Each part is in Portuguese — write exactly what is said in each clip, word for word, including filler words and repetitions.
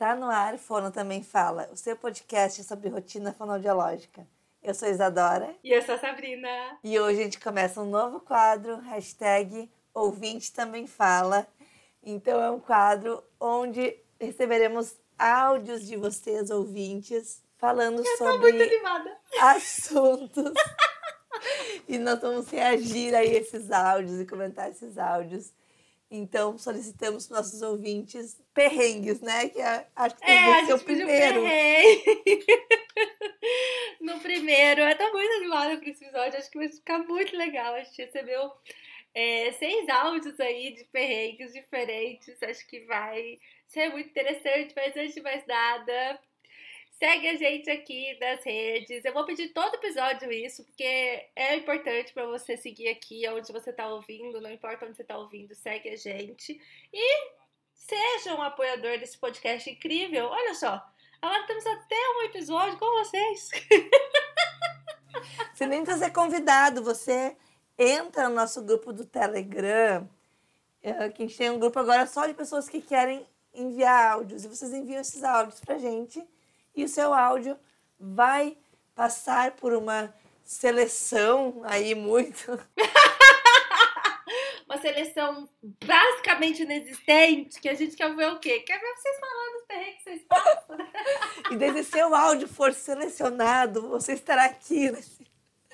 Tá no ar, Fono Também Fala, o seu podcast sobre rotina fonoaudiológica. Eu sou Isadora. E eu sou a Sabrina. E hoje a gente começa um novo quadro, hashtag Ouvinte Também Fala. Então é um quadro onde receberemos áudios de vocês, ouvintes, falando eu sobre tô muito animada. assuntos. E nós vamos reagir a esses áudios e comentar esses áudios. Então, solicitamos para nossos ouvintes perrengues, né? Que é, acho que tem é, que ser o primeiro. No primeiro, eu tô muito animada para esse episódio. Acho que vai ficar muito legal. A gente recebeu é, seis áudios aí de perrengues diferentes. Acho que vai ser muito interessante. Mas antes de mais nada, segue a gente aqui nas redes. Eu vou pedir todo episódio isso, porque é importante para você seguir aqui onde você tá ouvindo. Não importa onde você tá ouvindo, segue a gente. E seja um apoiador desse podcast incrível. Olha só, agora temos até um episódio com vocês. Você nem precisa ser convidado. Você entra no nosso grupo do Telegram. Que a gente tem um grupo agora só de pessoas que querem enviar áudios. E vocês enviam esses áudios pra gente. E o seu áudio vai passar por uma seleção aí muito... Uma seleção basicamente inexistente, que a gente quer ver o quê? Quer ver vocês falando os perrengues que vocês passam. E desde se seu áudio for selecionado, você estará aqui nesse...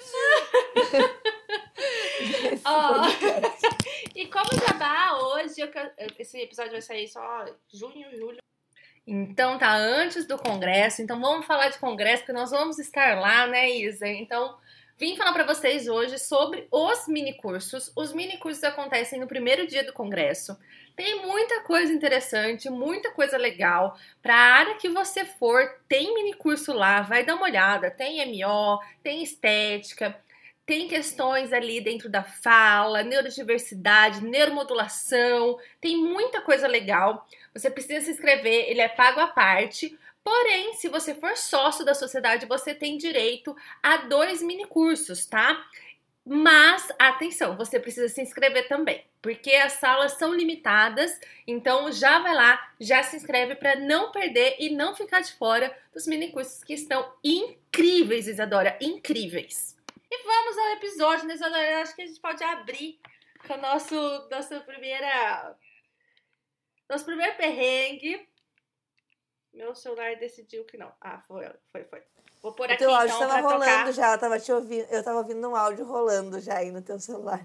nesse oh. E como já dá hoje, eu, esse episódio vai sair só junho, julho. Então tá antes do congresso, então vamos falar de congresso, porque nós vamos estar lá, né, Isa? Então, vim falar para vocês hoje sobre os minicursos. Os minicursos acontecem no primeiro dia do congresso. Tem muita coisa interessante, muita coisa legal. Para a área que você for, tem minicurso lá, vai dar uma olhada. Tem M O, tem estética, tem questões ali dentro da fala, neurodiversidade, neuromodulação, tem muita coisa legal. Você precisa se inscrever, ele é pago à parte. Porém, se você for sócio da sociedade, você tem direito a dois minicursos, tá? Mas, atenção, você precisa se inscrever também, porque as salas são limitadas, então já vai lá, já se inscreve para não perder e não ficar de fora dos minicursos que estão incríveis, Isadora, incríveis. E vamos ao episódio, né, Isadora? Acho que a gente pode abrir com o nosso, nossa primeira, nosso primeiro perrengue. Meu celular decidiu que não. Ah, foi, foi, foi. Vou pôr o aqui, teu áudio então, estava pra rolando tocar. já, eu tava te ouvindo, eu tava ouvindo um áudio rolando já aí no teu celular.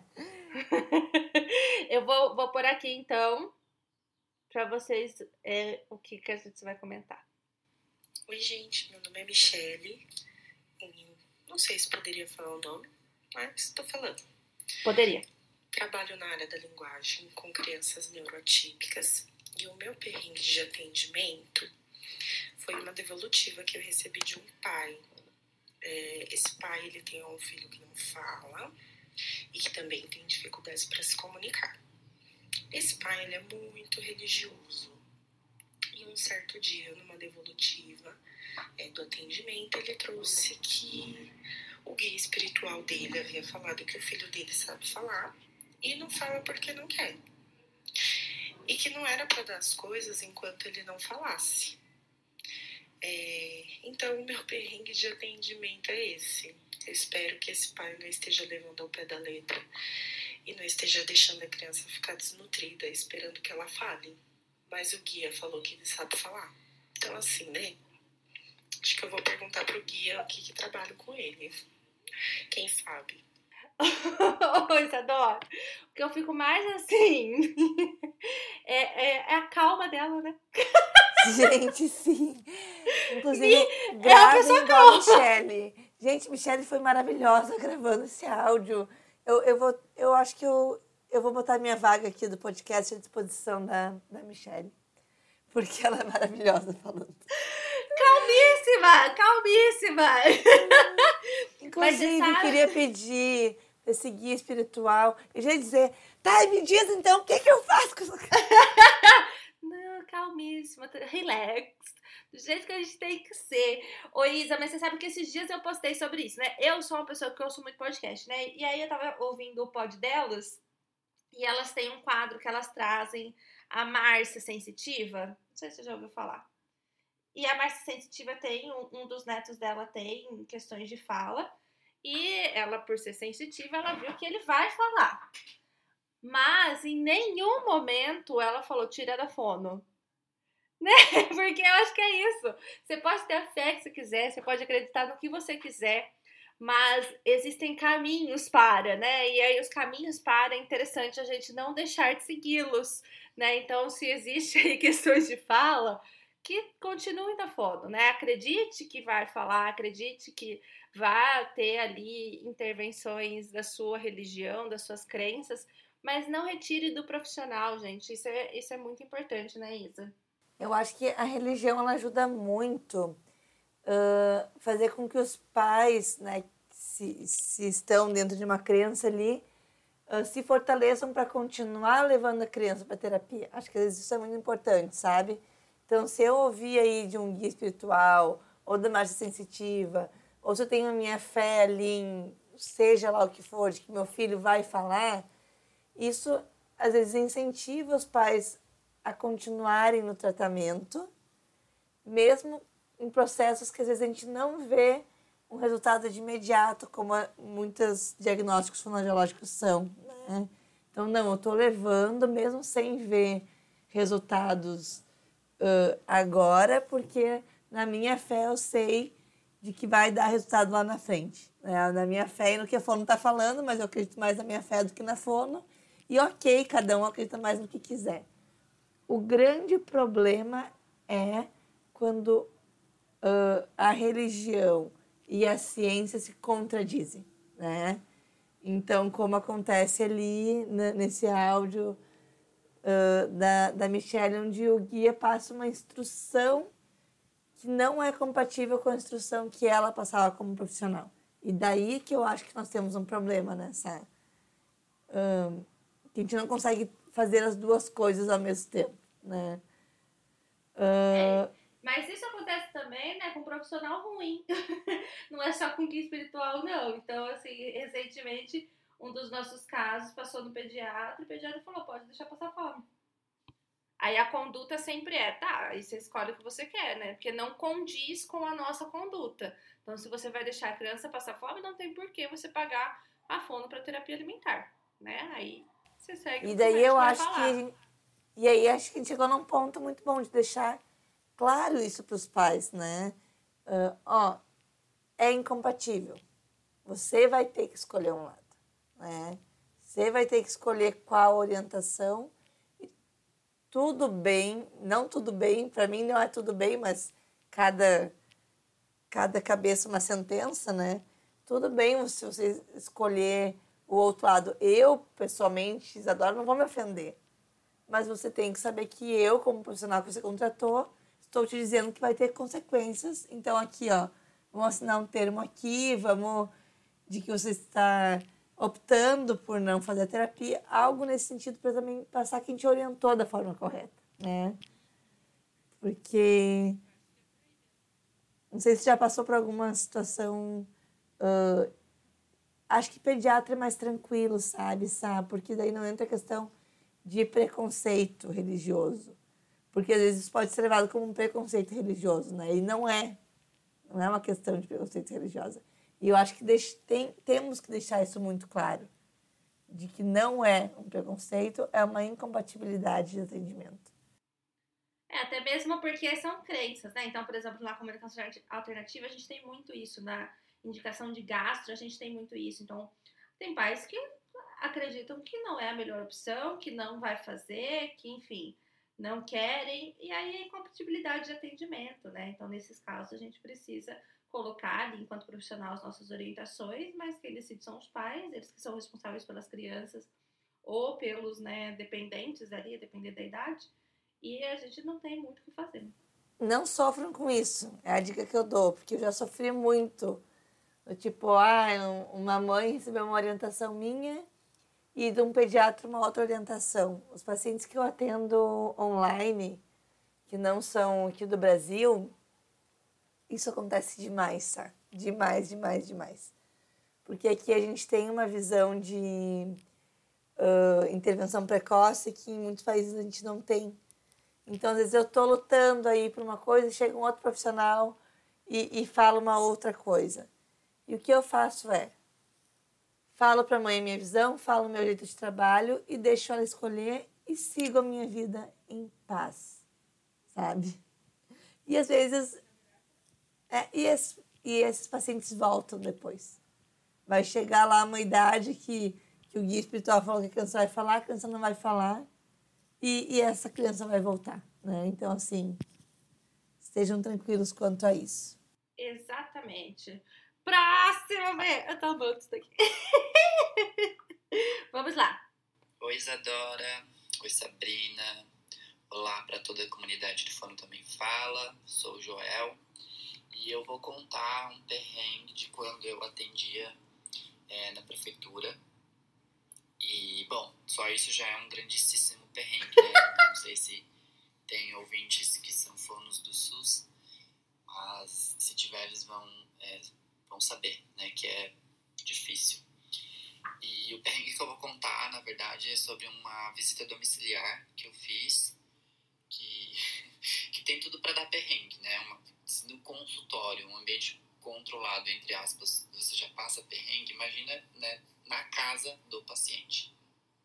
Eu vou, vou pôr aqui, então, pra vocês é, o que, que a gente vai comentar. Oi, gente, meu nome é Michele. Não sei se poderia falar o nome, mas tô falando. Poderia. Trabalho na área da linguagem com crianças neuroatípicas e o meu perrengue de atendimento foi uma devolutiva que eu recebi de um pai. É, esse pai, ele tem um filho que não fala e que também tem dificuldades para se comunicar. Esse pai, ele é muito religioso. E um certo dia, numa devolutiva é, do atendimento, ele trouxe que o guia espiritual dele havia falado que o filho dele sabe falar e não fala porque não quer. E que não era para dar as coisas enquanto ele não falasse. É, então, o meu perrengue de atendimento é esse. Eu espero que esse pai não esteja levando ao pé da letra e não esteja deixando a criança ficar desnutrida, esperando que ela fale. Mas o guia falou que ele sabe falar. Então, assim, né? Acho que eu vou perguntar pro guia o que que trabalho com ele. Quem sabe? Ô, Isadora, o que eu fico mais assim é, é, é a calma dela, né? Gente, sim. Inclusive, é gravem igual a Michele. Gente, Michele foi maravilhosa gravando esse áudio. Eu, eu, vou, eu acho que eu, eu vou botar minha vaga aqui do podcast à disposição da, da Michele. Porque ela é maravilhosa falando. Calmíssima, calmíssima. Inclusive, Mas, queria pedir esse guia espiritual e já dizer, tá, me diz então, o que, que eu faço com essa... Não, calmíssima, relax, do jeito que a gente tem que ser. Ô, Isa, mas você sabe que esses dias eu postei sobre isso, né? Eu sou uma pessoa que ouço muito podcast, né? E aí eu tava ouvindo o pod delas e elas têm um quadro que elas trazem a Márcia Sensitiva. Não sei se você já ouviu falar. E a Márcia Sensitiva tem, um, um dos netos dela tem questões de fala. E ela, por ser sensitiva, ela viu que ele vai falar. Mas em nenhum momento ela falou, tira da fono. Né? Porque eu acho que é isso. Você pode ter a fé que você quiser, você pode acreditar no que você quiser, mas existem caminhos para, né? E aí os caminhos para é interessante a gente não deixar de segui-los, né? Então, se existe aí questões de fala, que continue da fono, né? Acredite que vai falar, acredite que vai ter ali intervenções da sua religião, das suas crenças, mas não retire do profissional, gente. Isso é, isso é muito importante, né, Isa? Eu acho que a religião ela ajuda muito a uh, fazer com que os pais, né, se, se estão dentro de uma crença ali, uh, se fortaleçam para continuar levando a criança para terapia. Acho que às vezes isso é muito importante, sabe? Então, se eu ouvir aí de um guia espiritual, ou da Márcia Sensitiva, ou se eu tenho a minha fé ali em seja lá o que for, de que meu filho vai falar, isso às vezes incentiva os pais a continuarem no tratamento, mesmo em processos que às vezes a gente não vê um resultado de imediato, como muitos diagnósticos fonoaudiológicos são, né? Então, não, eu estou levando mesmo sem ver resultados uh, agora, porque na minha fé eu sei de que vai dar resultado lá na frente. Né? Na minha fé e no que a fono está falando, mas eu acredito mais na minha fé do que na fono. E ok, cada um acredita mais no que quiser. O grande problema é quando uh, a religião e a ciência se contradizem, né? Então, como acontece ali né, nesse áudio uh, da, da Michelle, onde o guia passa uma instrução que não é compatível com a instrução que ela passava como profissional. E daí que eu acho que nós temos um problema nessa... Um, que a gente não consegue fazer as duas coisas ao mesmo tempo, né? Uh... É, mas isso acontece também, né, com um profissional ruim. Não é só com guia espiritual, não. Então, assim, recentemente, um dos nossos casos passou no pediatra e o pediatra falou, pode deixar passar fome. Aí a conduta sempre é, tá, aí você escolhe o que você quer, né? Porque não condiz com a nossa conduta. Então, se você vai deixar a criança passar fome, não tem por que você pagar a fono para terapia alimentar, né? Aí você segue e o daí que eu vai acho falar. que gente, e aí acho que a gente chegou num ponto muito bom de deixar claro isso para os pais, né? Uh, ó, é incompatível. Você vai ter que escolher um lado, né? Você vai ter que escolher qual orientação. Tudo bem, não tudo bem, para mim não é tudo bem, mas cada, cada cabeça uma sentença, né? Tudo bem se você escolher o outro lado. Eu, pessoalmente, Isadora, não vou me ofender. Mas você tem que saber que eu, como profissional que você contratou, estou te dizendo que vai ter consequências. Então, aqui, ó, vamos assinar um termo aqui, vamos... de que você está optando por não fazer a terapia, algo nesse sentido para também passar que a gente orientou da forma correta, né? Porque... não sei se já passou por alguma situação... Uh, acho que pediatra é mais tranquilo, sabe? sabe? Porque daí não entra a questão de preconceito religioso. Porque às vezes pode ser levado como um preconceito religioso, né? E não é. Não é uma questão de preconceito religioso. E eu acho que deix, tem, temos que deixar isso muito claro. De que não é um preconceito, é uma incompatibilidade de atendimento. É, até mesmo porque são crenças, né? Então, por exemplo, na comunicação alternativa, a gente tem muito isso. Na indicação de gastro, a gente tem muito isso. Então, tem pais que acreditam que não é a melhor opção, que não vai fazer, que, enfim, não querem. E aí é incompatibilidade de atendimento, né? Então, nesses casos, a gente precisa colocar ali, enquanto profissional, as nossas orientações, mas quem decide são os pais, eles que são responsáveis pelas crianças ou pelos, né, dependentes ali, a depender da idade. E a gente não tem muito o que fazer. Não sofram com isso. É a dica que eu dou, porque eu já sofri muito. Tipo, ah, uma mãe recebeu uma orientação minha e de um pediatra uma outra orientação. Os pacientes que eu atendo online, que não são aqui do Brasil, isso acontece demais, tá? Demais, demais, demais. Porque aqui a gente tem uma visão de uh, intervenção precoce que em muitos países a gente não tem. Então, às vezes, eu tô lutando aí por uma coisa e chega um outro profissional e, e fala uma outra coisa. E o que eu faço é, falo para a mãe a minha visão, falo o meu jeito de trabalho e deixo ela escolher e sigo a minha vida em paz, sabe? E às vezes, é, e, es, e esses pacientes voltam depois. Vai chegar lá uma idade que, que o guia espiritual falou que a criança vai falar, a criança não vai falar e, e essa criança vai voltar, né? Então, assim, estejam tranquilos quanto a isso. Exatamente. Próximo, Bê. Eu tô amando isso daqui. Vamos lá. Oi, Isadora. Oi, Sabrina. Olá para toda a comunidade do Fono Também Fala. Sou o Joel. E eu vou contar um perrengue de quando eu atendia é, na prefeitura. E, bom, só isso já é um grandíssimo perrengue, né? Não sei se tem ouvintes que são fonos do SUS, mas se tiver eles vão, é, vão saber, né, que é difícil. E o perrengue que eu vou contar, na verdade, é sobre uma visita domiciliar que eu fiz, que, que tem tudo para dar perrengue, né? Uma, no consultório, um ambiente controlado, entre aspas, você já passa perrengue, imagina, né, na casa do paciente.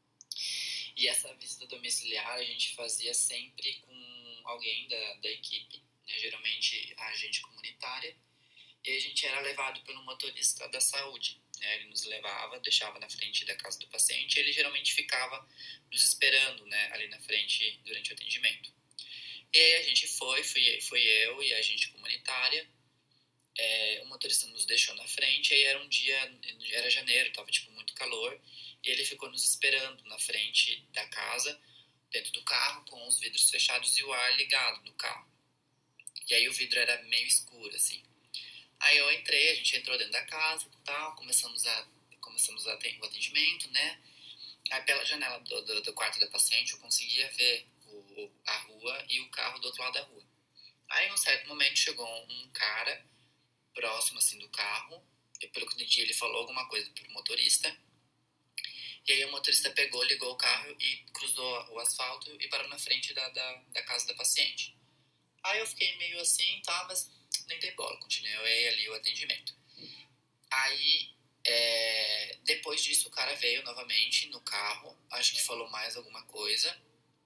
E essa visita domiciliar a gente fazia sempre com alguém da, da equipe, né, geralmente a agente comunitária, e a gente era levado pelo motorista da saúde, né, ele nos levava, deixava na frente da casa do paciente, e ele geralmente ficava nos esperando, né, ali na frente durante o atendimento. E aí a gente foi, fui, fui eu e a agente comunitária, é, o motorista nos deixou na frente, aí era um dia, era janeiro, tava tipo muito calor, e ele ficou nos esperando na frente da casa, dentro do carro, com os vidros fechados e o ar ligado no carro. E aí o vidro era meio escuro, assim. Aí eu entrei, a gente entrou dentro da casa e tal, começamos, a, começamos a o atendimento, né? Aí pela janela do, do, do quarto da paciente eu conseguia ver o, a rua e o carro do outro lado da rua. Aí em um certo momento chegou um cara próximo, assim, do carro, e pelo que no dia ele falou alguma coisa pro motorista, e aí o motorista pegou, ligou o carro e cruzou o asfalto e parou na frente da, da, da casa da paciente. Aí eu fiquei meio assim, tá, mas nem dei bola, continuei ali o atendimento. Aí, é, depois disso, o cara veio novamente no carro, acho que falou mais alguma coisa,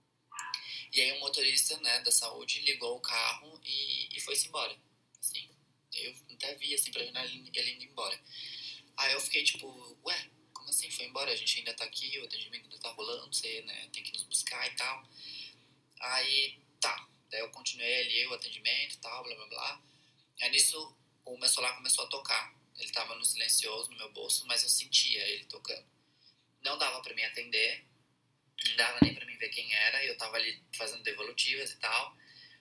e aí o motorista, né, da saúde ligou o carro e, e foi-se embora, assim. Eu até vi, assim, pra janela ele indo embora. Aí eu fiquei tipo, ué, como assim, foi embora? A gente ainda tá aqui, o atendimento ainda tá rolando, você, né, tem que nos buscar e tal. Aí, tá. Daí eu continuei ali o atendimento e tal, blá, blá, blá. Aí nisso, o meu celular começou a tocar. Ele tava no silencioso, no meu bolso, mas eu sentia ele tocando. Não dava pra mim atender, não dava nem pra mim ver quem era, eu tava ali fazendo devolutivas e tal.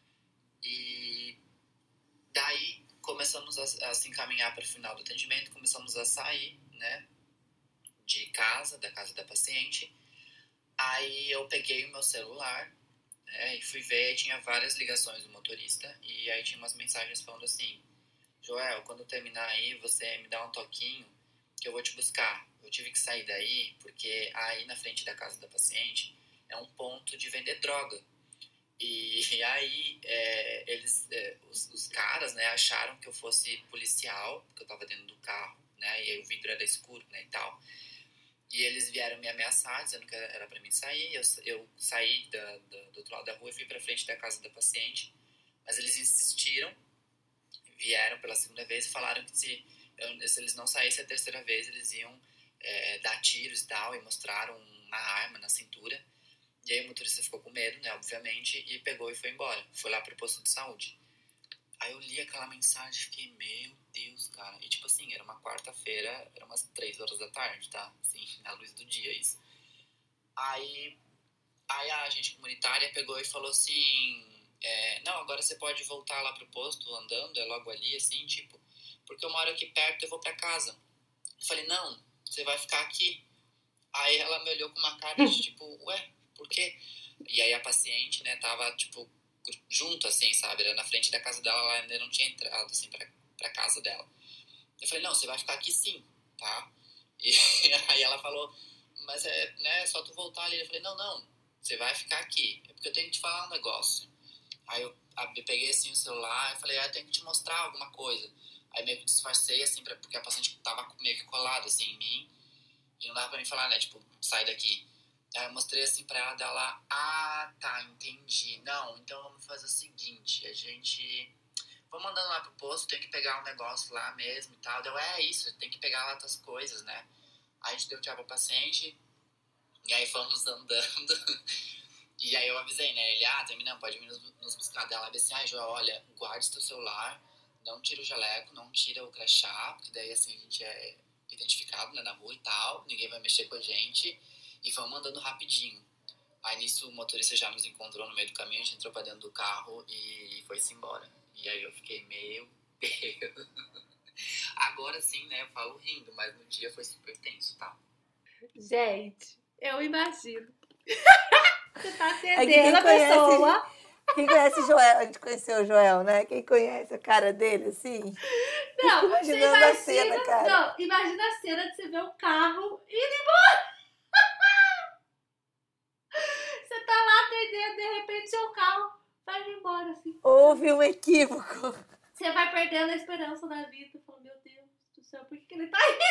E daí começamos a, a se encaminhar para o final do atendimento, começamos a sair, né, de casa, da casa da paciente. Aí eu peguei o meu celular, né, e fui ver, tinha várias ligações do motorista, e aí tinha umas mensagens falando assim: Joel, quando terminar aí, você me dá um toquinho, que eu vou te buscar. Eu tive que sair daí, porque aí na frente da casa da paciente é um ponto de vender droga. E, e aí, é, eles, é, os, os caras, né, acharam que eu fosse policial, porque eu tava dentro do carro, né, e aí o vidro era escuro, né, e tal. E eles vieram me ameaçar, dizendo que era pra mim sair. Eu, eu saí da, da, do outro lado da rua e fui pra frente da casa da paciente. Mas eles insistiram, vieram pela segunda vez e falaram que se, eu, se eles não saíssem a terceira vez, eles iam é, dar tiros e tal, e mostraram uma arma na cintura. E aí o motorista ficou com medo, né, obviamente, e pegou e foi embora. Foi lá pro posto de saúde. Aí eu li aquela mensagem e fiquei, meu Deus, cara. E tipo assim, era uma quarta-feira, era umas três horas da tarde, tá? Assim, na luz do dia, isso. Aí, aí a agente comunitária pegou e falou assim, é, não, agora você pode voltar lá pro posto andando, é logo ali, assim, tipo, porque eu moro aqui perto, eu vou pra casa. Eu falei, não, você vai ficar aqui. Aí ela me olhou com uma cara de tipo, ué, por quê? E aí a paciente, né, tava, tipo, junto, assim, sabe? Era na frente da casa dela, ela ainda não tinha entrado, assim, pra, pra casa dela. Eu falei, não, você vai ficar aqui sim, tá? E aí ela falou, mas é, né, é só tu voltar ali. Eu falei, não, não, você vai ficar aqui. É porque eu tenho que te falar um negócio. Aí eu, eu peguei assim o celular e falei, ah, eu tenho que te mostrar alguma coisa. Aí meio que disfarcei, assim, pra, porque a paciente tava meio que colada, assim, em mim. E não dava pra mim falar, né, tipo, sai daqui. Aí eu mostrei assim pra ela, dela, ah, tá, entendi. Não, então vamos fazer o seguinte, a gente... Vamos andando lá pro posto, tem que pegar um negócio lá mesmo e tal. Deu, é isso, tem que pegar lá tuas coisas, né? Aí a gente deu tchau pro paciente, e aí fomos andando. E aí eu avisei, né? Ele, ah, terminando, pode vir nos, nos buscar dela. Ela disse, ah, Joel, olha, guarde teu celular, não tira o jaleco, não tira o crachá, porque daí assim a gente é identificado, né, na rua e tal, ninguém vai mexer com a gente, e vamos andando rapidinho. Aí nisso o motorista já nos encontrou no meio do caminho, a gente entrou pra dentro do carro e foi-se embora. E aí eu fiquei, meu Deus. Agora sim, né, eu falo rindo, mas no dia foi super tenso, tá? Gente, eu imagino. Você tá É que atendendo quem a conhece, pessoa. quem conhece o Joel, a gente conheceu o Joel, né? Quem conhece a cara dele, assim. Não, Fico você imaginando imagina, a cena, cara. não, imagina a cena de você ver o carro indo embora. Você tá lá atendendo, de repente seu carro vai embora, assim. Houve um equívoco. Você vai perdendo a esperança da vida. Fala, meu Deus do céu, por que, que ele tá aí?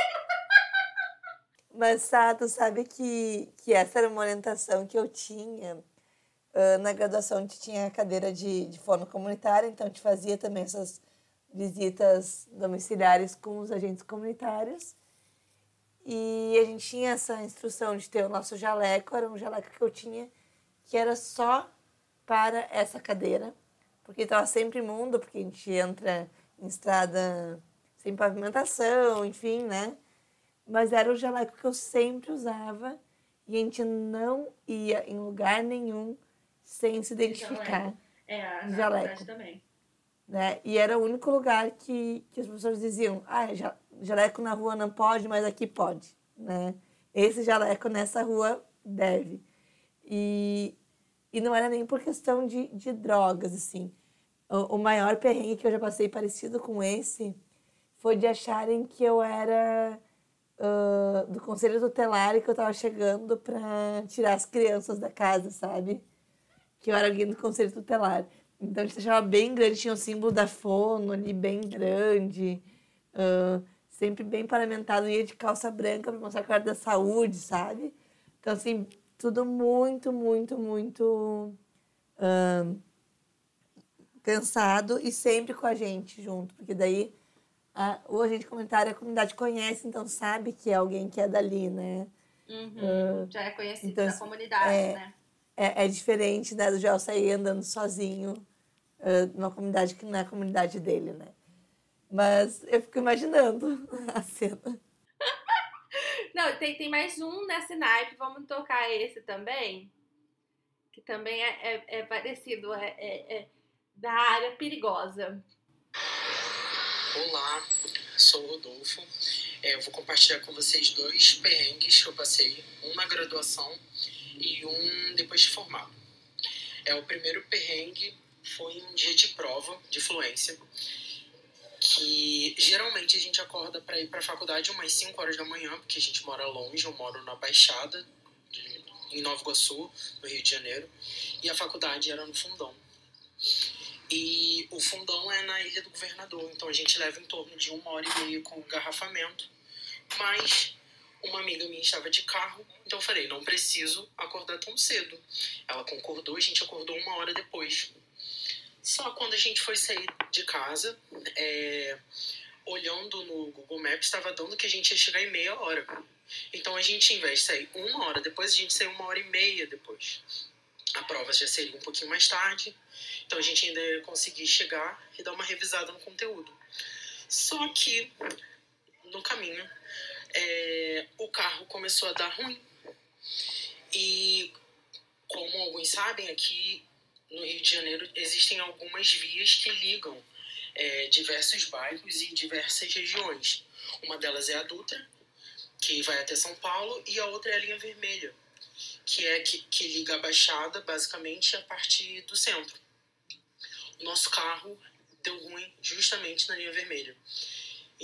Mas, Sato, sabe que, que essa era uma orientação que eu tinha. Uh, na graduação, a gente tinha a cadeira de, de fono comunitária, então a gente fazia também essas visitas domiciliares com os agentes comunitários. E a gente tinha essa instrução de ter o nosso jaleco, era um jaleco que eu tinha, que era só para essa cadeira, porque estava sempre imundo, porque a gente entra em estrada sem pavimentação, enfim, né? Mas era o jaleco que eu sempre usava e a gente não ia em lugar nenhum sem se identificar. É, na Jaleco. verdade também. Né? E era o único lugar que, que as pessoas diziam, ah, ja- jaleco na rua não pode, mas aqui pode. Né? Esse jaleco nessa rua deve. E, e não era nem por questão de, de drogas, assim. O, o maior perrengue que eu já passei parecido com esse foi de acharem que eu era uh, do conselho tutelar e que eu estava chegando para tirar as crianças da casa, sabe? Que eu era alguém do conselho tutelar. Então, a gente achava bem grande, tinha o símbolo da fono ali bem grande, uh, sempre bem paramentado, ia de calça branca para mostrar que eu era da saúde, sabe? Então, assim, tudo muito, muito, muito uh, cansado e sempre com a gente junto, porque daí a, o agente comunitário, a comunidade conhece, então sabe que é alguém que é dali, né? Uhum, uh, já é conhecido então, da comunidade, é, né? É, é diferente, né, do Joel sair andando sozinho uh, numa comunidade que não é a comunidade dele, né? Mas eu fico imaginando a cena. Não, tem, tem mais um nesse naipe, vamos tocar esse também, que também é, é, é parecido, é, é, é da área perigosa. Olá, sou o Rodolfo. É, eu vou compartilhar com vocês dois perrengues que eu passei, um na graduação e um depois de formado. É, o primeiro perrengue foi um dia de prova de fluência, que geralmente a gente acorda para ir para a faculdade umas cinco horas da manhã, porque a gente mora longe, eu moro na Baixada, de, em Nova Iguaçu, no Rio de Janeiro, e a faculdade era no Fundão. E o Fundão é na Ilha do Governador, então a gente leva em torno de uma hora e meia com engarrafamento, mas uma amiga minha estava de carro, então eu falei, não preciso acordar tão cedo. Ela concordou, a gente acordou uma hora depois. Só quando a gente foi sair de casa, é, olhando no Google Maps, estava dando que a gente ia chegar em meia hora. Então a gente, ao invés de sair uma hora depois, a gente saiu uma hora e meia depois. A prova já seria um pouquinho mais tarde, então a gente ainda ia conseguir chegar e dar uma revisada no conteúdo. Só que, no caminho, é, o carro começou a dar ruim. E, como alguns sabem, aqui no Rio de Janeiro existem algumas vias que ligam é, diversos bairros e diversas regiões. Uma delas é a Dutra, que vai até São Paulo, e a outra é a linha vermelha, que é que, que liga a Baixada, basicamente, a parte do centro. O nosso carro deu ruim justamente na linha vermelha.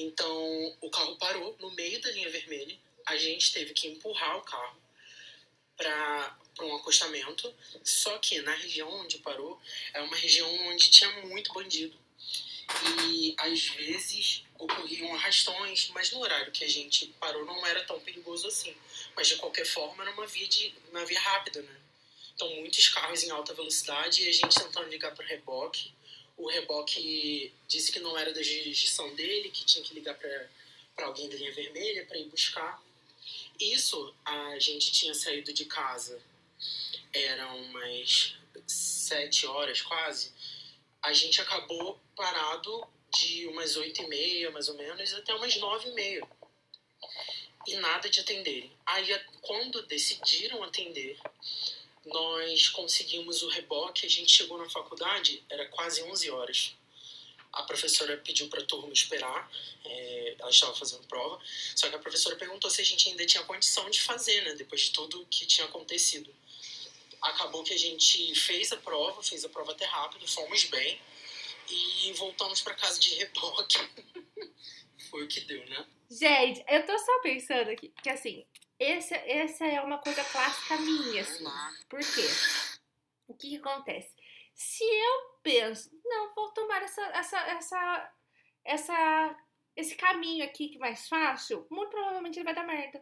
Então, o carro parou no meio da linha vermelha, a gente teve que empurrar o carro, para um acostamento, só que na região onde parou é uma região onde tinha muito bandido. E às vezes ocorriam arrastões, mas no horário que a gente parou não era tão perigoso assim. Mas de qualquer forma era uma via, de, uma via rápida, né? Então muitos carros em alta velocidade e a gente tentando ligar para o reboque. O reboque disse que não era da jurisdição dele, que tinha que ligar para alguém da linha vermelha para ir buscar. Isso, a gente tinha saído de casa, eram umas sete horas quase. A gente acabou parado de umas oito e meia, mais ou menos, até umas nove e meia. E nada de atenderem. Aí, quando decidiram atender, nós conseguimos o reboque. A gente chegou na faculdade, era quase onze horas. A professora pediu para a turma esperar, é, ela estava fazendo prova, só que a professora perguntou se a gente ainda tinha condição de fazer, né, depois de tudo que tinha acontecido. Acabou que a gente fez a prova, fez a prova até rápido, fomos bem e voltamos para casa de reboque. Foi o que deu, né? Gente, eu tô só pensando aqui, que assim, esse, essa é uma coisa clássica minha, assim. Por quê? O que, que acontece? Se eu penso, não, vou tomar essa, essa, essa, essa, esse caminho aqui que é mais fácil, muito provavelmente ele vai dar merda.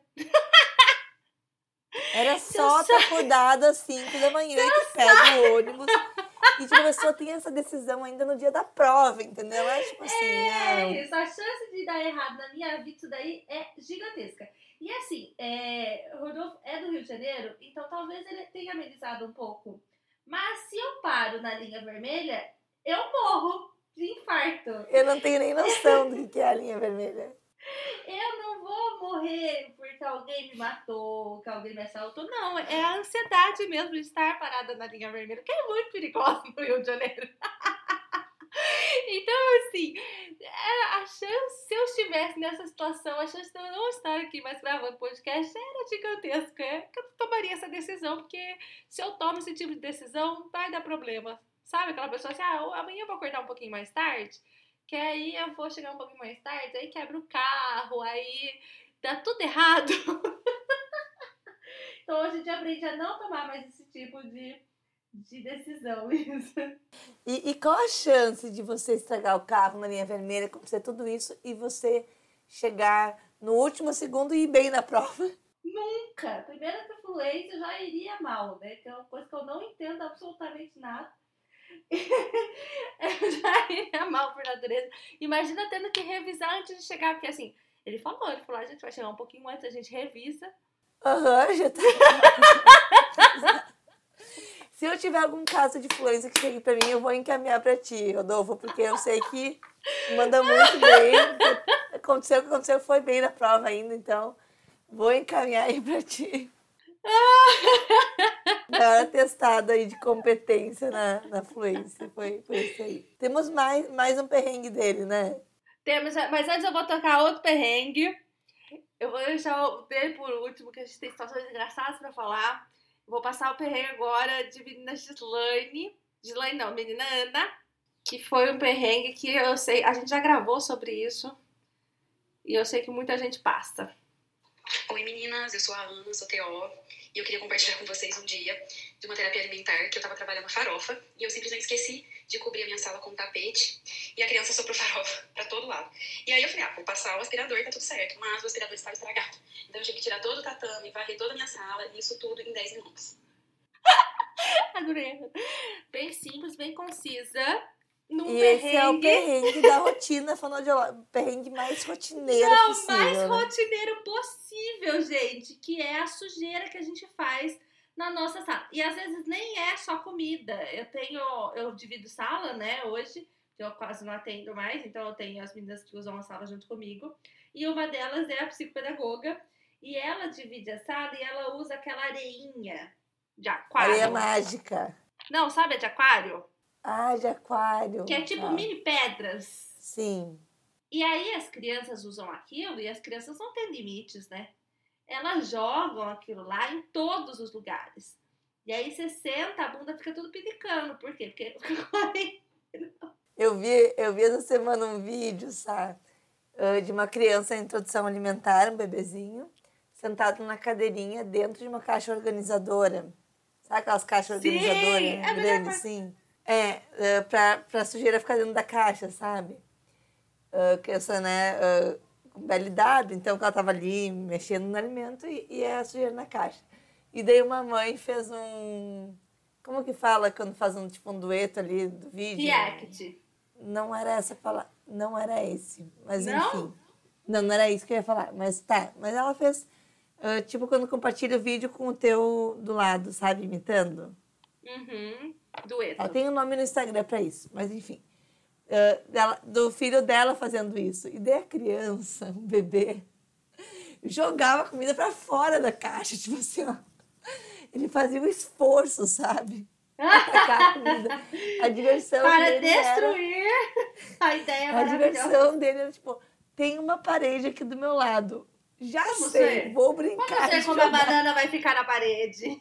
Era só ter acordado às cinco da manhã e que pega o ônibus. E tipo, a pessoa tem essa decisão ainda no dia da prova, entendeu? É tipo assim, é, é... isso, a chance de dar errado na minha vida, isso daí é gigantesca. E assim, é, Rodolfo é do Rio de Janeiro, então talvez ele tenha amenizado um pouco. Mas se eu paro na linha vermelha, eu morro de infarto. Eu não tenho nem noção do que é a linha vermelha. Eu não vou morrer porque alguém me matou, que alguém me assaltou. Não, é a ansiedade mesmo de estar parada na linha vermelha, que é muito perigosa no Rio de Janeiro. Então, assim, a chance, se eu estivesse nessa situação, a chance de eu não estar aqui mais gravando podcast era gigantesca. É que eu tomaria essa decisão, porque se eu tomo esse tipo de decisão, vai dar problema. Sabe aquela pessoa assim, ah, amanhã eu vou acordar um pouquinho mais tarde, que aí eu vou chegar um pouquinho mais tarde, aí quebra o carro, aí dá tudo errado. Então, hoje a gente aprende a não tomar mais esse tipo de... de decisão, isso. E, e qual a chance de você estragar o carro na linha vermelha, acontecer tudo isso e você chegar no último segundo e ir bem na prova? Nunca! Primeiro que a fluência já iria mal, né? Que é uma coisa que eu não entendo absolutamente nada. Eu já iria mal por natureza. Imagina tendo que revisar antes de chegar, porque assim, ele falou, ele falou, a gente vai chegar um pouquinho antes, a gente revisa. Aham, uhum, já tá. Se eu tiver algum caso de fluência que chegue pra mim, eu vou encaminhar pra ti, Rodolfo, porque eu sei que manda muito bem. Aconteceu o que aconteceu, foi bem na prova ainda, então vou encaminhar aí pra ti. Maior atestado aí de competência na, na fluência, foi, foi isso aí. Temos mais, mais um perrengue dele, né? Temos, mas antes eu vou tocar outro perrengue. Eu vou deixar o dele por último, que a gente tem situações engraçadas pra falar. Vou passar o perrengue agora de menina Gislaine. Gislaine não, menina Ana. Que foi um perrengue que eu sei... A gente já gravou sobre isso. E eu sei que muita gente passa. Oi meninas, eu sou a Ana, sou T O. E eu queria compartilhar com vocês um dia de uma terapia alimentar que eu tava trabalhando farofa. E eu simplesmente esqueci de cobrir a minha sala com um tapete. E a criança soprou farofa pra todo lado. E aí eu falei, ah, vou passar o aspirador e tá tudo certo. Mas o aspirador estava estragado. Então eu tive que tirar todo o tatame, varrer toda a minha sala. E isso tudo em dez minutos. Adorei. Bem simples, bem concisa. Num e perrengue. Esse é o perrengue da rotina fonoaudiológica. O perrengue mais rotineiro Não, possível. mais né? rotineiro possível, gente. Que é a sujeira que a gente faz na nossa sala. E às vezes nem é só comida. Eu tenho, eu divido sala, né, hoje, que eu quase não atendo mais, então eu tenho as meninas que usam a sala junto comigo. E uma delas é a psicopedagoga. E ela divide a sala e ela usa aquela areinha de aquário. Areia mágica. Não, sabe a de aquário? Ah, de aquário. Que é tipo ah. mini pedras. Sim. E aí as crianças usam aquilo e as crianças não têm limites, né? Elas jogam aquilo lá em todos os lugares. E aí você senta, a bunda fica tudo pinicando. Por quê? Porque... eu, vi, eu vi essa semana um vídeo, sabe? De uma criança em introdução alimentar, um bebezinho, sentado na cadeirinha dentro de uma caixa organizadora. Sabe aquelas caixas Sim, organizadoras é grandes, assim? É, é pra, pra sujeira ficar dentro da caixa, sabe? Uh, criança, né, uh, com bela idade, então ela tava ali mexendo no alimento e, e a sujeira na caixa. E daí uma mãe fez um... Como que fala quando faz um, tipo, um dueto ali do vídeo? React. Não era essa palavra, não era esse, mas Não? enfim. Não, não era isso que eu ia falar, mas tá. Mas ela fez, uh, tipo, quando compartilha o vídeo com o teu do lado, sabe, imitando. Uhum. Dueto. Ela tem um nome no Instagram pra isso, mas enfim. Uh, dela, do filho dela fazendo isso. E daí a criança, um bebê, jogava a comida pra fora da caixa, tipo assim, ó. Ele fazia um esforço, sabe? Pra atacar a comida. A diversão Para dele destruir era... a ideia A maravilhosa. diversão dele era, tipo, tem uma parede aqui do meu lado. Já Vamos sei, ver. vou brincar. Vamos ver de como a jogar. banana vai ficar na parede.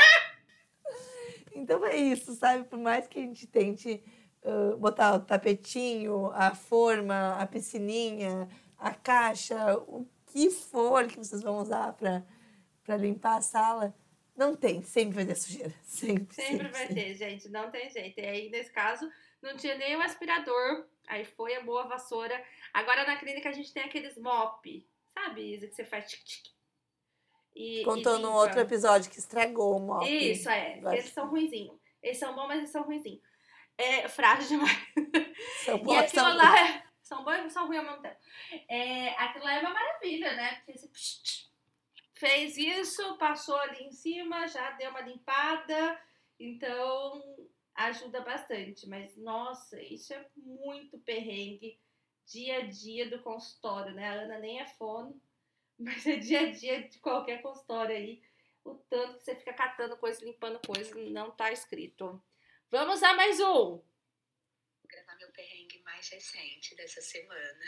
Então é isso, sabe? Por mais que a gente tente uh, botar o tapetinho, a forma, a piscininha, a caixa, o que for que vocês vão usar para para limpar a sala, não tem. Sempre vai ter sujeira. Sempre, Sempre sempre, vai sempre. ter, gente. Não tem jeito. E aí, nesse caso, não tinha nem o aspirador. Aí foi a boa vassoura. Agora, na clínica, a gente tem aqueles mop. Sabe, Isa, que você faz tic-tic. E, Contou e num limpa. outro episódio que estragou o mop. Isso, é. Eu acho Eles são ruinzinhos. Eles são bons, mas eles são ruinzinhos. É frágil demais. que são E bons, aquilo são- lá é... São bons e são ruins ao mesmo tempo. É, aquilo lá é uma maravilha, né? Porque você psh, psh, fez isso, passou ali em cima, já deu uma limpada. Então, ajuda bastante. Mas, nossa, isso é muito perrengue. Dia a dia do consultório, né? A Ana nem é fono, mas é dia a dia de qualquer consultório aí. O tanto que você fica catando coisa, limpando coisa, não tá escrito. Vamos a mais um. Vou gravar meu perrengue mais recente dessa semana.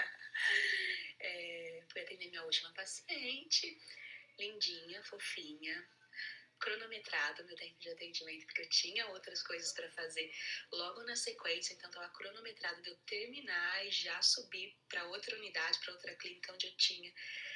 É, fui atender minha última paciente, lindinha, fofinha, cronometrado meu tempo de atendimento, porque eu tinha outras coisas para fazer logo na sequência, então estava cronometrado de eu terminar e já subir para outra unidade, para outra clínica onde eu tinha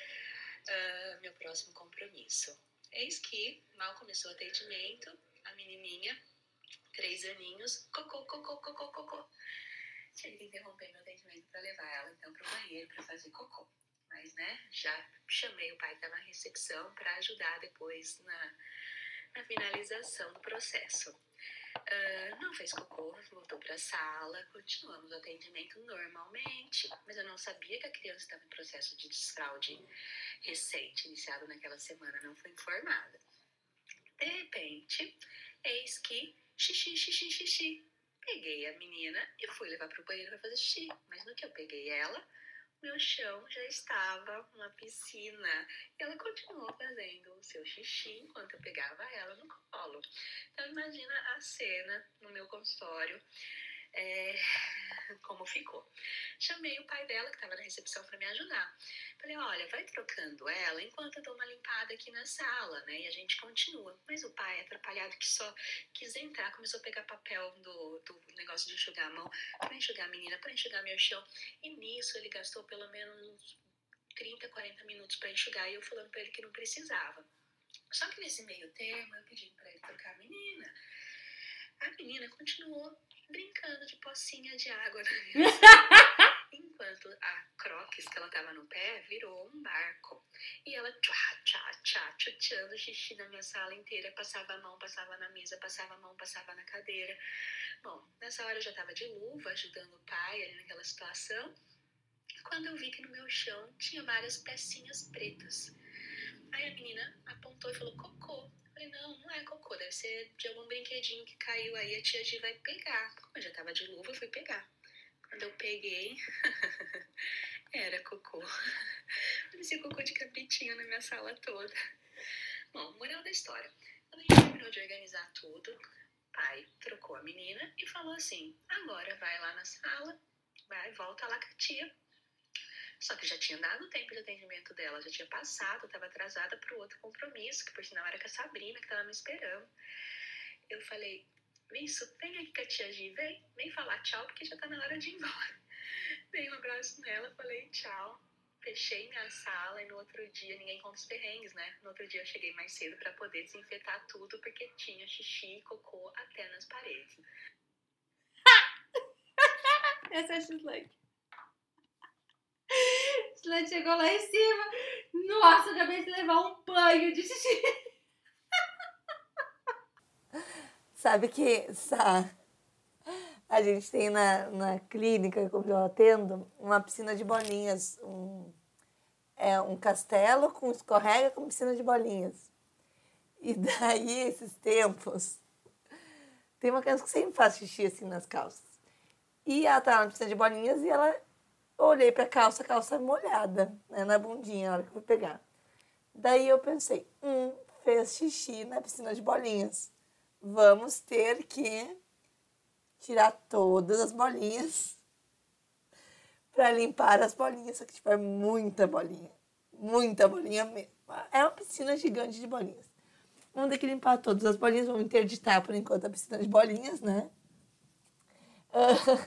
uh, meu próximo compromisso. Eis que mal começou o atendimento, a menininha, três aninhos, cocô, cocô, cocô, cocô. Tive que interromper meu atendimento para levar ela então para o banheiro para fazer cocô. Mas, né, já chamei o pai que estava na recepção para ajudar depois na, na finalização do processo. Uh, não fez cocô, voltou para a sala, continuamos o atendimento normalmente, mas eu não sabia que a criança estava em processo de desfraude recente, iniciado naquela semana, não fui informada. De repente, eis que xixi, xixi, xixi. Peguei a menina e fui levar para o banheiro para fazer xixi. Mas no que eu peguei ela, meu chão já estava uma piscina. E ela continuou fazendo o seu xixi enquanto eu pegava ela no colo. Então imagina a cena no meu consultório, é, como ficou. Chamei o pai dela, que estava na recepção, para me ajudar. Falei, olha, vai trocando ela enquanto eu dou uma limpada aqui na sala, né? E a gente continua. Mas o pai, atrapalhado, que só quis entrar, começou a pegar papel do, do negócio de enxugar a mão, para enxugar a menina, para enxugar meu chão. E nisso ele gastou pelo menos uns trinta, quarenta minutos para enxugar, e eu falando para ele que não precisava. Só que nesse meio termo, eu pedi para ele trocar a menina. A menina continuou brincando de pocinha de água na minha sala. Enquanto a croques que ela tava no pé virou um barco. E ela tchá, tchá, tchá, tchutchando xixi na minha sala inteira. Passava a mão, passava na mesa, passava a mão, passava na cadeira. Bom, nessa hora eu já tava de luva, ajudando o pai ali naquela situação. Quando eu vi que no meu chão tinha várias pecinhas pretas. Aí a menina apontou e falou, cocô. Eu falei, não, não é cocô, deve ser de algum brinquedinho que caiu aí, a tia Gi vai pegar. Como eu já tava de luva, eu fui pegar. Quando eu peguei, era cocô. Parecia cocô de cabritinho na minha sala toda. Bom, moral da história. Quando a gente terminou de organizar tudo, o pai trocou a menina e falou assim, agora vai lá na sala, vai, volta lá com a tia. Só que já tinha dado o tempo de atendimento dela, já tinha passado, estava atrasada para o outro compromisso, que por sinal era com a Sabrina, que estava me esperando. Eu falei, isso, vem aqui com a tia Gi, vem, vem falar tchau, porque já tá na hora de ir embora. Dei um abraço nela, falei tchau. fechei minha sala e no outro dia, ninguém conta os perrengues, né? No outro dia eu cheguei mais cedo pra poder desinfetar tudo, porque tinha xixi e cocô até nas paredes. Essa é a Gislaine. Gislaine chegou lá em cima. Nossa, eu acabei de levar um banho de xixi. Sabe que, Sá, a gente tem na, na clínica, como eu atendo, uma piscina de bolinhas. Um, é um castelo com escorrega com piscina de bolinhas. E daí, esses tempos, tem uma criança que sempre faz xixi assim nas calças. E ela tá na piscina de bolinhas e ela... Eu olhei pra calça, a calça molhada, né, na bundinha, na hora que eu fui pegar. Daí eu pensei, hum, fez xixi na piscina de bolinhas. Vamos ter que tirar todas as bolinhas pra limpar as bolinhas. Só que, tipo, é muita bolinha. Muita bolinha mesmo. É uma piscina gigante de bolinhas. Vamos ter que limpar todas as bolinhas. Vamos interditar, por enquanto, a piscina de bolinhas, né? Uh,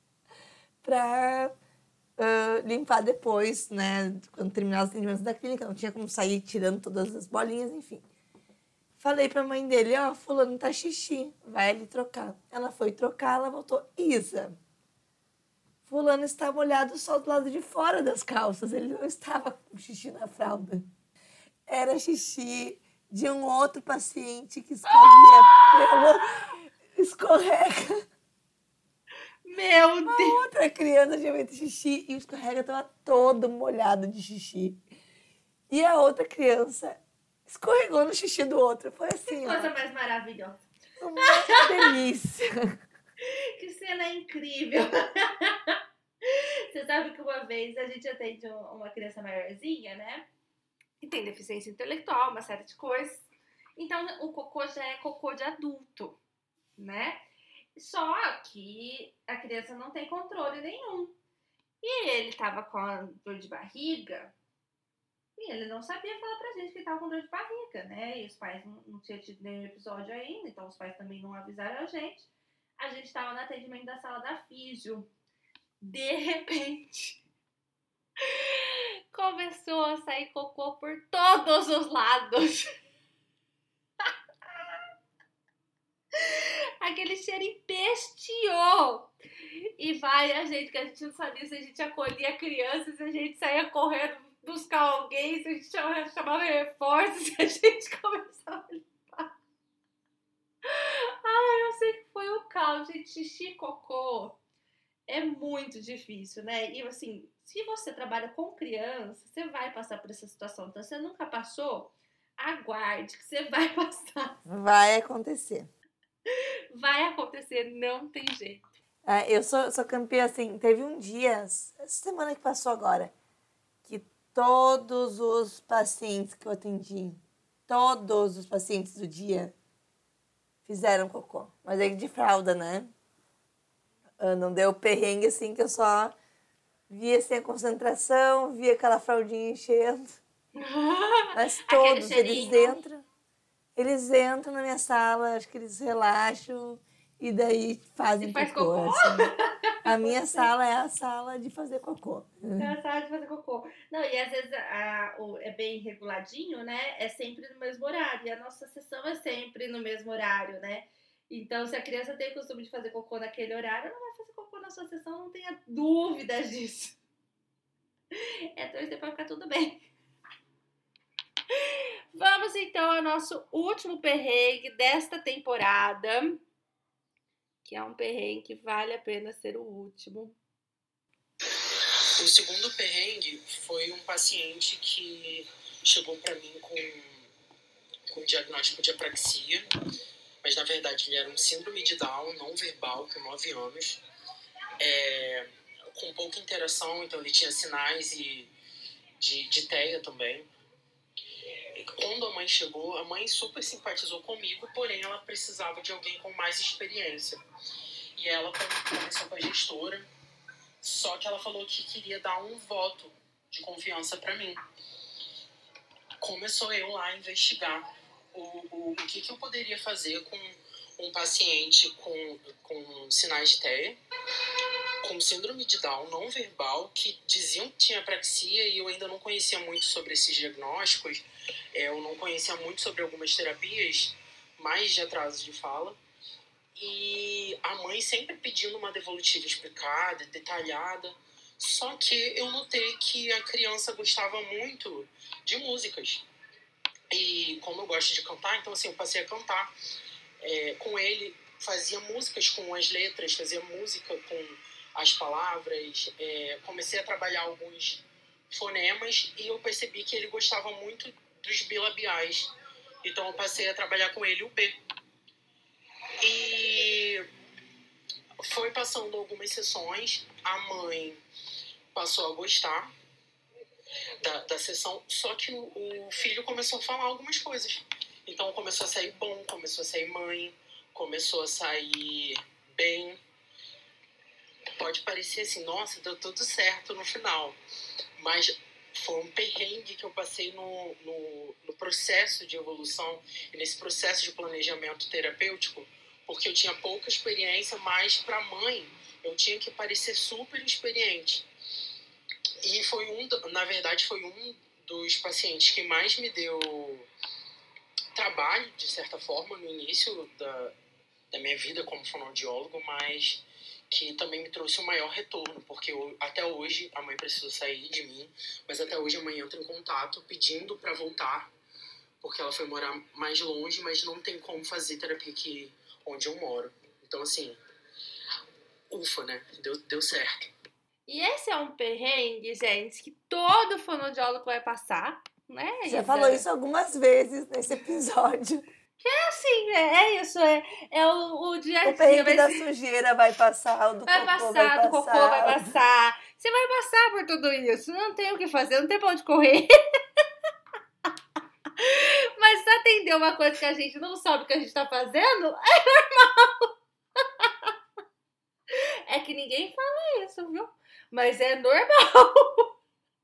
pra... Uh, limpar depois, né? Quando terminar os atendimentos da clínica, não tinha como sair tirando todas as bolinhas, enfim. Falei pra mãe dele, ó, oh, fulano tá xixi, vai ali trocar. Ela foi trocar, ela voltou, Isa, fulano está molhado só do lado de fora das calças, ele não estava com xixi na fralda. Era xixi de um outro paciente que escorria pelo escorrega. Meu Uma Deus! outra criança tinha feito xixi e o escorrega estava todo molhado de xixi. E a outra criança escorregou no xixi do outro. Foi assim, Que ó. coisa mais maravilhosa. Uma delícia. Que cena incrível. Você sabe que uma vez a gente atende uma criança maiorzinha, né? Que tem deficiência intelectual, uma série de coisas. Então, o cocô já é cocô de adulto, né? Só que a criança não tem controle nenhum. E ele tava com a dor de barriga e ele não sabia falar pra gente que ele tava com dor de barriga, né? E os pais não, não tinham tido nenhum episódio ainda, então os pais também não avisaram a gente. A gente tava no atendimento da sala da físio. De repente, começou a sair cocô por todos os lados. Aquele cheiro empesteou. E vai a gente, que a gente não sabia se a gente acolhia a criança, se a gente saía correndo buscar alguém, se a gente chamava, chamava reforço, se a gente começava a limpar. Ai, eu sei que foi o caos, gente. Xixi e cocô é muito difícil, né? E assim, se você trabalha com criança, você vai passar por essa situação. Então, se você nunca passou, aguarde que você vai passar. Vai acontecer. Vai acontecer, não tem jeito. É, eu sou, sou campeã, assim, teve um dia, essa semana que passou agora, que todos os pacientes que eu atendi, todos os pacientes do dia fizeram cocô. Mas aí de fralda, né? Não deu perrengue, assim, que eu só via sem a concentração, via aquela fraldinha enchendo. Mas todos, eles entram, eles entram na minha sala, acho que eles relaxam e daí fazem e faz cocô. cocô? Assim. A minha sala é a sala de fazer cocô. É a sala de fazer cocô. Não, e às vezes a, o, é bem reguladinho, né? É sempre no mesmo horário. E a nossa sessão é sempre no mesmo horário, né? Então, se a criança tem o costume de fazer cocô naquele horário, ela vai fazer cocô na sua sessão, não tenha dúvidas disso. É torcer pra ficar tudo bem. Vamos, então, ao nosso último perrengue desta temporada, que é um perrengue que vale a pena ser o último. O segundo perrengue foi um paciente que chegou pra mim com, com diagnóstico de apraxia, mas na verdade ele era um síndrome de Down não verbal, com nove anos, é, com pouca interação, então ele tinha sinais e de, de teia também. E quando a mãe chegou, a mãe super simpatizou comigo, porém ela precisava de alguém com mais experiência. E ela conversou com a gestora, só que ela falou que queria dar um voto de confiança para mim. Começou eu lá a investigar o, o, o que, que eu poderia fazer com um paciente com, com sinais de teia, com síndrome de Down não verbal, que diziam que tinha apraxia e eu ainda não conhecia muito sobre esses diagnósticos. É, eu não conhecia muito sobre algumas terapias, mais de atraso de fala. E a mãe sempre pedindo uma devolutiva explicada, detalhada. Só que eu notei que a criança gostava muito de músicas. E como eu gosto de cantar, então assim, eu passei a cantar é, com ele. Fazia músicas com as letras, fazia música com as palavras. É, comecei a trabalhar alguns fonemas e eu percebi que ele gostava muito dos bilabiais. Então eu passei a trabalhar com ele o B. E foi passando algumas sessões, a mãe passou a gostar da, da sessão, só que o, o filho começou a falar algumas coisas. Então começou a sair bom, começou a sair mãe, começou a sair bem. Pode parecer assim, nossa, deu tudo certo no final. Mas foi um perrengue que eu passei no, no, no processo de evolução e nesse processo de planejamento terapêutico, porque eu tinha pouca experiência, mas para a mãe eu tinha que parecer super experiente. E foi um, na verdade, foi um dos pacientes que mais me deu trabalho, de certa forma, no início da, da minha vida como fonoaudiólogo, mas que também me trouxe o maior retorno, porque eu, até hoje a mãe precisou sair de mim, mas até hoje a mãe entra em contato pedindo para voltar, porque ela foi morar mais longe, mas não tem como fazer terapia aqui onde eu moro. Então, assim, ufa, né? Deu, deu certo. E esse é um perrengue, gente, que todo fonoaudiólogo vai passar, né? Já Isa? falou isso algumas vezes nesse episódio. É assim, é, é isso, é, é o, o dia a dia. O perrengue vai da ser- sujeira vai passar, o do Vai cocô passar, vai passar. do cocô vai passar. Você vai passar por tudo isso. Não tem o que fazer, não tem pra onde correr. Mas se atender uma coisa que a gente não sabe o que a gente tá fazendo, é normal. É que ninguém fala isso, viu? Mas é normal.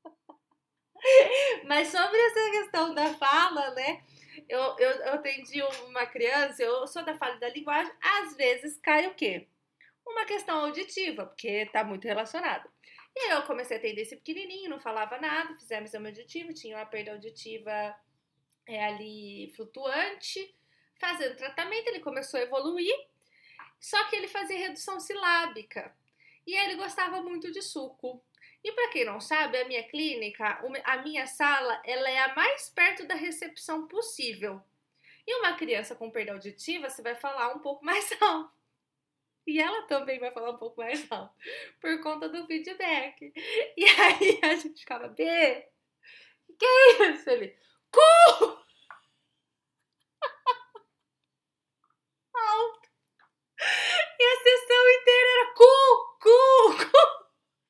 Mas sobre essa questão da fala, né? Eu, eu, eu atendi uma criança, eu sou da fala e da linguagem, às vezes cai o quê? Uma questão auditiva, porque tá muito relacionado. E aí eu comecei a atender esse pequenininho, não falava nada, fizemos exame auditivo, tinha uma perda auditiva é, ali flutuante, fazendo tratamento, ele começou a evoluir, só que ele fazia redução silábica. E aí ele gostava muito de suco. E para quem não sabe, a minha clínica, a minha sala, ela é a mais perto da recepção possível. E uma criança com perda auditiva, você vai falar um pouco mais alto. E ela também vai falar um pouco mais alto, por conta do feedback. E aí a gente ficava, B, que é isso? Ele, cu! Alto. E a sessão inteira era cu, cu, cu.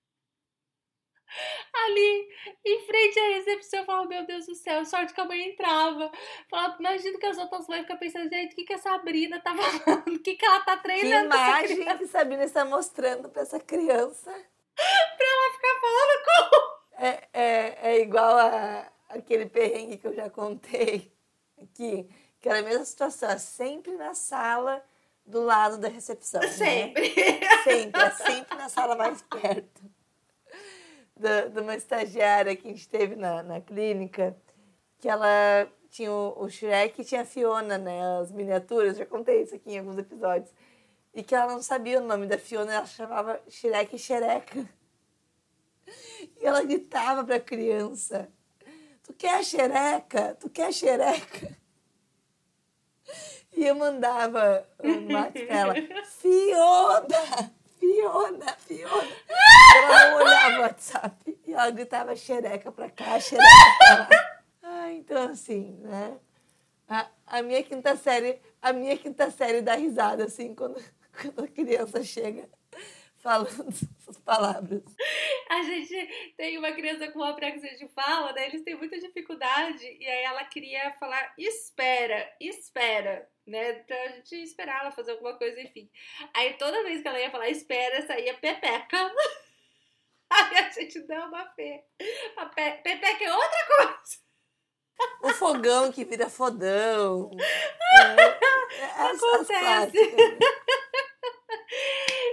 Ali, em frente à recepção, eu falava, meu Deus do céu, sorte que a mãe entrava. Falava, imagina que as outras mães ficam pensando, gente, o que, que a Sabrina tá falando? O que, que ela tá Que treinando essa imagem criança que Sabrina está mostrando pra essa criança. pra ela ficar falando com... É, é, é igual a, aquele perrengue que eu já contei aqui, que era a mesma situação, é sempre na sala do lado da recepção. Sempre. Né? Sempre, é sempre na sala mais perto. Da, de uma estagiária que a gente teve na, na clínica, que ela tinha o, o Shrek e tinha a Fiona, né? As miniaturas, já contei isso aqui em alguns episódios. E que ela não sabia o nome da Fiona, ela chamava Shrek e Xereca. E ela gritava pra criança, tu quer a xereca? Tu quer a xereca? E eu mandava no WhatsApp pra ela, Fiona! Fiona, Fiona. Ela não olhava o WhatsApp e ela gritava xereca pra cá, xereca pra lá. Ah, então assim, né? A, a minha quinta série, a minha quinta série dá risada, assim, quando, quando a criança chega falando essas palavras. A gente tem uma criança com apraxia de fala, né? Eles têm muita dificuldade. E aí ela queria falar, espera, espera, né? Pra gente esperar ela fazer alguma coisa, enfim. Aí toda vez que ela ia falar espera, saía pepeca. Aí a gente dá uma fé. A pe pepeca é outra coisa. O fogão que vira fodão. É, é, as, as Acontece. clássicas, né?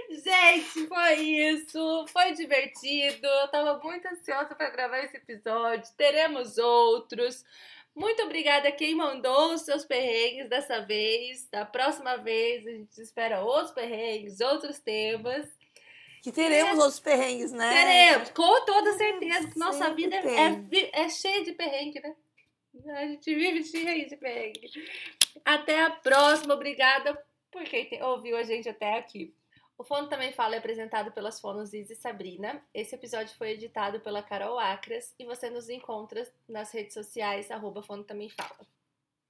Gente, foi isso. Foi divertido. Eu tava muito ansiosa para gravar esse episódio. Teremos outros. Muito obrigada a quem mandou os seus perrengues dessa vez. Da próxima vez, a gente espera outros perrengues, outros temas. Que teremos É. outros perrengues, né? Teremos, com toda certeza, que nossa Sempre vida tem. é, vi- é cheia de perrengue, né? A gente vive cheia de perrengue. Até a próxima. Obrigada por quem te- ouviu a gente até aqui. O Fono Também Fala é apresentado pelas fonos Isa e Sabrina. Esse episódio foi editado pela Carol Acras e você nos encontra nas redes sociais, arroba Fono Também Fala.